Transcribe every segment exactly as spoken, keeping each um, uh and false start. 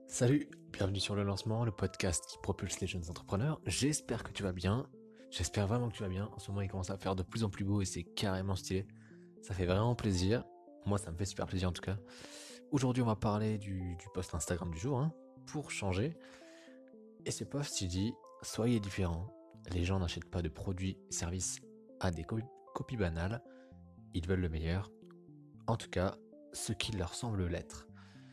Salut, bienvenue sur le lancement, le podcast qui propulse les jeunes entrepreneurs. J'espère que tu vas bien. J'espère vraiment que tu vas bien. En ce moment, il commence à faire de plus en plus beau et c'est carrément stylé. Ça fait vraiment plaisir. Moi, ça me fait super plaisir en tout cas. Aujourd'hui, on va parler du, du post Instagram du jour, hein, pour changer. Et ce post, il dit « Soyez différents. Les gens n'achètent pas de produits et services à des co- copies banales. Ils veulent le meilleur. En tout cas, ce qui leur semble l'être. »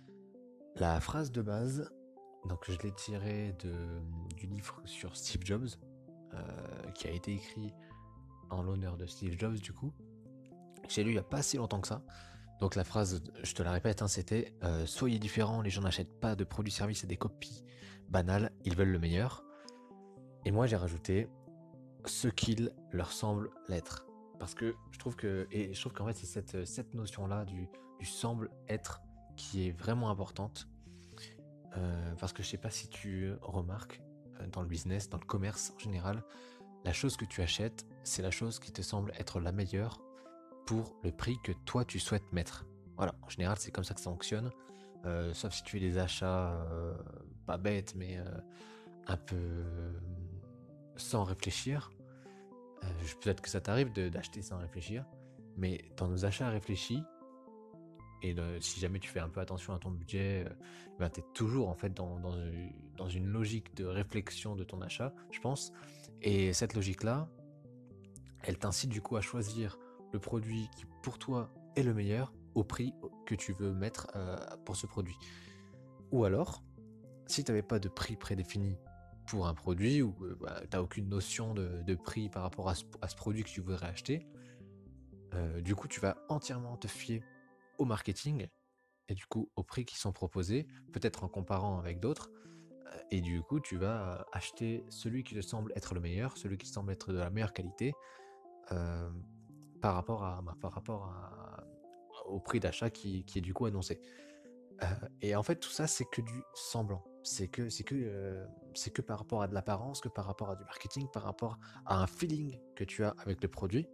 La phrase de base, donc je l'ai tirée de, du livre sur Steve Jobs, euh, qui a été écrit en l'honneur de Steve Jobs du coup. J'ai lu il n'y a pas si longtemps que ça. Donc la phrase, je te la répète, hein, c'était euh, soyez différents, les gens n'achètent pas de produits services et des copies banales, ils veulent le meilleur. Et moi j'ai rajouté ce qu'il leur semble l'être. Parce que je trouve que, et je trouve qu'en fait c'est cette, cette notion-là du, du semble être qui est vraiment importante. Euh, parce que je sais pas si tu remarques, euh, dans le business, dans le commerce en général, la chose que tu achètes, c'est la chose qui te semble être la meilleure pour le prix que toi tu souhaites mettre. Voilà, en général c'est comme ça que ça fonctionne. Euh, sauf si tu fais des achats euh, pas bêtes, mais euh, un peu euh, sans réfléchir. Euh, peut-être que ça t'arrive de- d'acheter sans réfléchir, mais dans nos achats réfléchis, et le- si jamais tu fais un peu attention à ton budget, euh, ben tu es toujours en fait dans, dans, une- dans une logique de réflexion de ton achat, je pense. Et cette logique-là, elle t'incite du coup à choisir le produit qui pour toi est le meilleur au prix que tu veux mettre euh, pour ce produit. Ou alors, si tu n'avais pas de prix prédéfini pour un produit, ou euh, bah, tu n'as aucune notion de, de prix par rapport à ce, à ce produit que tu voudrais acheter, euh, du coup tu vas entièrement te fier au marketing et du coup aux prix qui sont proposés, peut-être en comparant avec d'autres, euh, et du coup tu vas acheter celui qui te semble être le meilleur, celui qui semble être de la meilleure qualité, euh, par rapport à bah, par rapport à, au prix d'achat qui, qui est du coup annoncé. Euh, et en fait tout ça c'est que du semblant. C'est que c'est que euh, c'est que par rapport à de l'apparence, que par rapport à du marketing, par rapport à un feeling que tu as avec le produit.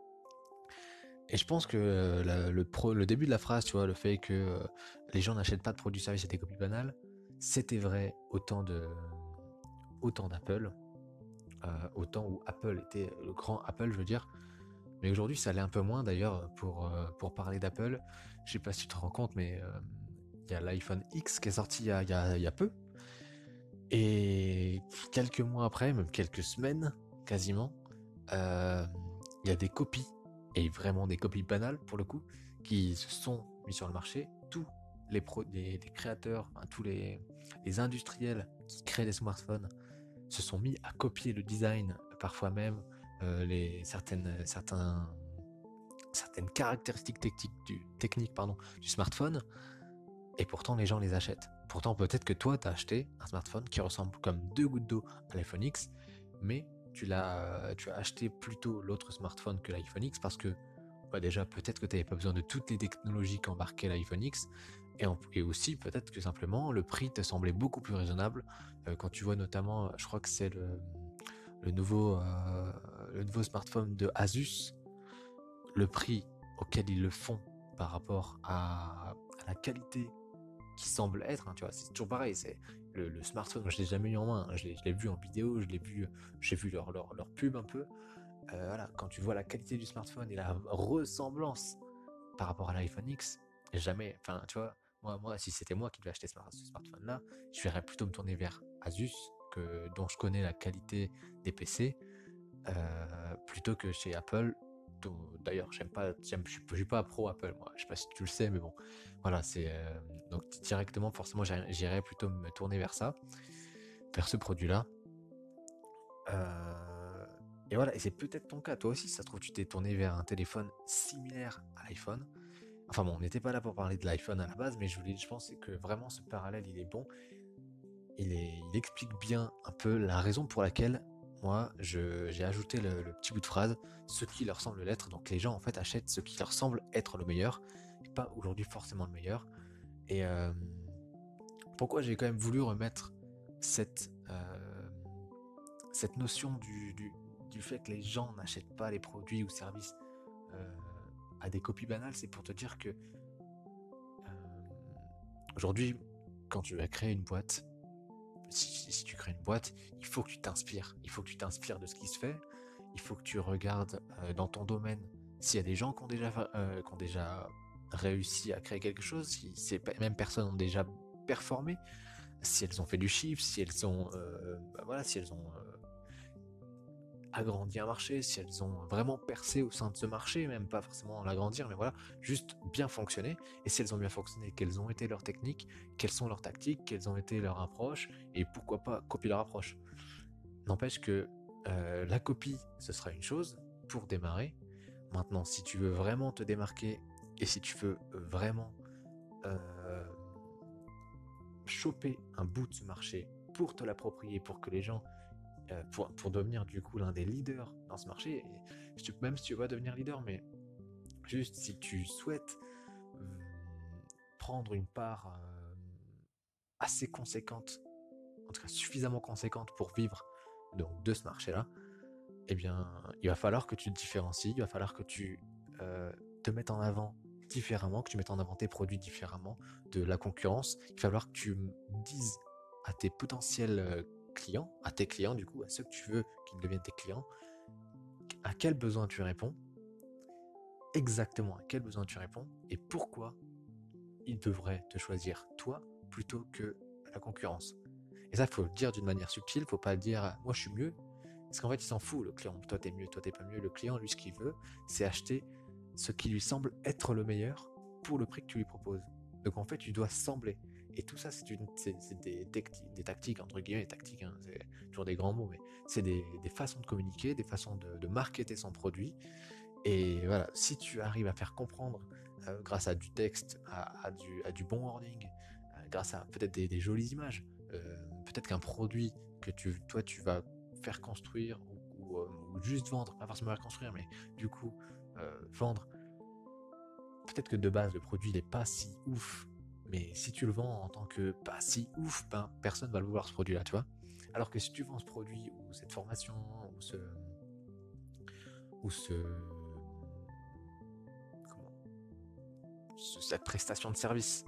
Et je pense que euh, la- le, pro- le début de la phrase, tu vois, le fait que euh, les gens n'achètent pas de produits services et des copies banales, c'était vrai autant de autant d'Apple, euh, autant où Apple était le grand Apple, je veux dire. Mais aujourd'hui, ça l'est un peu moins d'ailleurs pour, euh, pour parler d'Apple. Je sais pas si tu te rends compte, mais euh, il y a l'iPhone X qui est sorti il y a, il y a- il y a peu. Et quelques mois après, même quelques semaines quasiment, euh, il y a des copies, et vraiment des copies banales pour le coup, qui se sont mis sur le marché. Tous les, pro les, les créateurs, enfin, tous les, les industriels qui créent des smartphones se sont mis à copier le design, parfois même euh, les, certaines, certains, certaines caractéristiques techniques du, techniques, pardon, du smartphone, et pourtant les gens les achètent. Pourtant peut-être que toi tu as acheté un smartphone qui ressemble comme deux gouttes d'eau à l'iPhone X, mais tu l'as tu as acheté plutôt l'autre smartphone que l'iPhone X parce que bah déjà peut-être que tu n'avais pas besoin de toutes les technologies qu'embarquait l'iPhone X, et, en, et aussi peut-être que simplement le prix te semblait beaucoup plus raisonnable, euh, quand tu vois notamment, je crois que c'est le, le, nouveau, euh, le nouveau smartphone de Asus, le prix auquel ils le font par rapport à, à la qualité qui semble être, hein, tu vois, c'est toujours pareil, c'est le, le smartphone, moi je l'ai jamais eu en main, hein, je l'ai vu en vidéo, je l'ai vu, j'ai vu leur, leur, leur pub un peu, euh, voilà, quand tu vois la qualité du smartphone et la ressemblance par rapport à l'iPhone X, jamais, enfin tu vois, moi, moi si c'était moi qui devais acheter ce, ce smartphone là, je verrais plutôt me tourner vers Asus, que, dont je connais la qualité des P C, euh, plutôt que chez Apple. D'ailleurs, j'aime pas, j'aime, je, suis, je suis pas pro Apple, moi. Je sais pas si tu le sais, mais bon, voilà, c'est euh, donc directement, forcément, j'irais plutôt me tourner vers ça, vers ce produit-là. Euh, et voilà, et c'est peut-être ton cas, toi aussi, ça se trouve, tu t'es tourné vers un téléphone similaire à l'iPhone. Enfin bon, on n'était pas là pour parler de l'iPhone à la base, mais je voulais, je pense que vraiment ce parallèle, il est bon. Il, est, il explique bien un peu la raison pour laquelle moi je, j'ai ajouté le, le petit bout de phrase, ce qui leur semble l'être. Donc les gens en fait achètent ce qui leur semble être le meilleur, et pas aujourd'hui forcément le meilleur. Et euh, pourquoi j'ai quand même voulu remettre cette, euh, cette notion du, du, du fait que les gens n'achètent pas les produits ou services euh, à des copies banales, c'est pour te dire que euh, aujourd'hui quand tu vas créer une boîte, si, si tu crées une boîte, il faut que tu t'inspires. Il faut que tu t'inspires de ce qui se fait. Il faut que tu regardes euh, dans ton domaine s'il y a des gens qui ont déjà, euh, qui ont déjà réussi à créer quelque chose, si ces mêmes personnes ont déjà performé, si elles ont fait du chiffre, si elles ont, euh, bah voilà, si elles ont euh, agrandi un marché, si elles ont vraiment percé au sein de ce marché, même pas forcément l'agrandir, mais voilà, juste bien fonctionner. Et si elles ont bien fonctionné, quelles ont été leurs techniques, quelles sont leurs tactiques, quelles ont été leurs approches, et pourquoi pas copier leur approche. N'empêche que euh, la copie, ce sera une chose pour démarrer. Maintenant, si tu veux vraiment te démarquer et si tu veux vraiment euh, choper un bout de ce marché pour te l'approprier, pour que les gens, euh, pour, pour devenir du coup l'un des leaders dans ce marché, et même si tu vas devenir leader, mais juste si tu souhaites euh, prendre une part euh, assez conséquente, en tout cas suffisamment conséquente pour vivre donc, de ce marché-là, eh bien, il va falloir que tu te différencies, il va falloir que tu euh, te mettes en avant différemment, que tu mettes en avant tes produits différemment de la concurrence. Il va falloir que tu dises à tes potentiels clients, à tes clients du coup, à ceux que tu veux qu'ils deviennent tes clients, à quel besoin tu réponds, exactement à quel besoin tu réponds et pourquoi ils devraient te choisir toi plutôt que la concurrence. Et ça, il faut le dire d'une manière subtile, il ne faut pas le dire « moi je suis mieux », parce qu'en fait, il s'en fout, le client. Toi, t'es mieux, toi, t'es pas mieux. Le client, lui, ce qu'il veut, c'est acheter ce qui lui semble être le meilleur pour le prix que tu lui proposes. Donc, en fait, tu dois sembler. Et tout ça, c'est, une, c'est, c'est des, des tactiques, entre guillemets, tactiques, hein, c'est toujours des grands mots, mais c'est des, des façons de communiquer, des façons de, de marketer son produit. Et voilà, si tu arrives à faire comprendre, euh, grâce à du texte, à, à, du, à du bon wording, euh, grâce à peut-être des, des jolies images, euh, peut-être qu'un produit que tu, toi, tu vas faire construire ou, ou, euh, ou juste vendre, pas forcément faire construire, mais du coup euh, vendre. Peut-être que de base le produit n'est pas si ouf, mais si tu le vends en tant que pas si ouf, ben personne va le vouloir ce produit-là, tu vois. Alors que si tu vends ce produit ou cette formation ou ce ou ce comment ce, cette prestation de service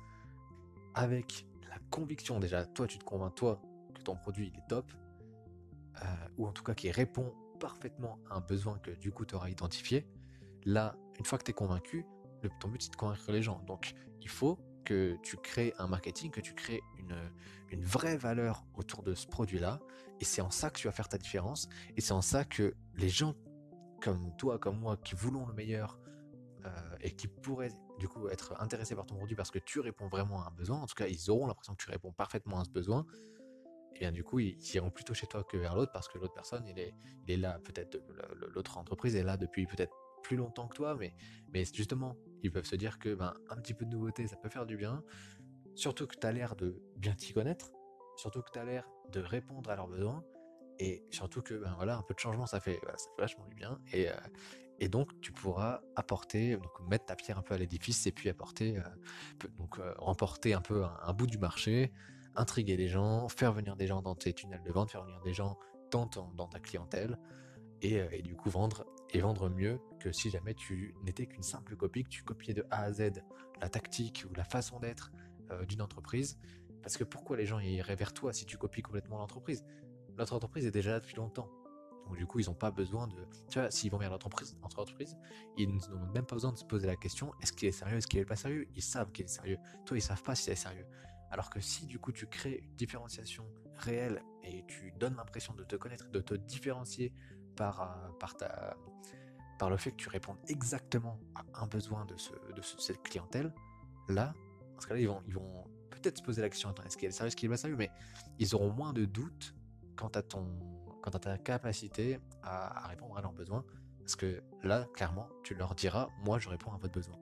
avec la conviction déjà, toi tu te convaincs toi que ton produit il est top, euh, ou en tout cas qui répond parfaitement à un besoin que du coup tu auras identifié, là, une fois que tu es convaincu, le, ton but c'est de convaincre les gens. Donc il faut que tu crées un marketing, que tu crées une, une vraie valeur autour de ce produit-là, et c'est en ça que tu vas faire ta différence, et c'est en ça que les gens comme toi, comme moi, qui voulons le meilleur, euh, et qui pourraient du coup être intéressés par ton produit parce que tu réponds vraiment à un besoin, en tout cas ils auront l'impression que tu réponds parfaitement à ce besoin, et bien du coup ils iront plutôt chez toi que vers l'autre parce que l'autre personne il est, il est là, peut-être l'autre entreprise est là depuis peut-être plus longtemps que toi, mais, mais justement ils peuvent se dire que ben, un petit peu de nouveauté ça peut faire du bien, surtout que tu as l'air de bien t'y connaître, surtout que tu as l'air de répondre à leurs besoins, et surtout que ben voilà, un peu de changement ça fait, voilà, ça fait vachement du bien, et, euh, et donc tu pourras apporter, donc mettre ta pierre un peu à l'édifice et puis apporter, euh, donc euh, remporter un peu un, un bout du marché, intriguer les gens, faire venir des gens dans tes tunnels de vente, faire venir des gens dans, ton, dans ta clientèle, et, euh, et du coup vendre, et vendre mieux que si jamais tu n'étais qu'une simple copie, que tu copiais de A à Z la tactique ou la façon d'être euh, d'une entreprise. Parce que pourquoi les gens iraient vers toi si tu copies complètement l'entreprise? Notre entreprise est déjà là depuis longtemps. Donc du coup, ils n'ont pas besoin de... Tu vois, s'ils vont vers notre entreprise, notre entreprise, ils n'ont même pas besoin de se poser la question, est-ce qu'il est sérieux, est-ce qu'il n'est pas sérieux? Ils savent qu'il est sérieux. Toi, ils savent pas si c'est sérieux. Alors que si du coup tu crées une différenciation réelle et tu donnes l'impression de te connaître, de te différencier par, euh, par, ta, par le fait que tu répondes exactement à un besoin de, ce, de ce, cette clientèle, là, parce que là, ils vont, ils vont peut-être se poser la question, attends, est-ce qu'il est sérieux, est-ce qu'il n'est pas sérieux? Mais ils auront moins de doutes quant à ton, quant à ta capacité à, à répondre à leurs besoins, parce que là, clairement, tu leur diras, moi, je réponds à votre besoin.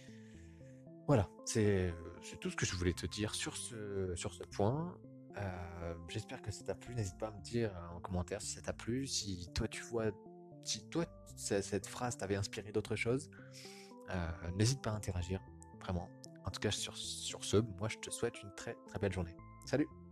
Voilà, c'est, c'est tout ce que je voulais te dire sur ce, sur ce point. Euh, j'espère que ça t'a plu. N'hésite pas à me dire en commentaire si ça t'a plu, si toi tu vois, si toi cette phrase t'avait inspiré d'autres choses. Euh, n'hésite pas à interagir, vraiment. En tout cas, sur, sur ce, moi je te souhaite une très très belle journée. Salut!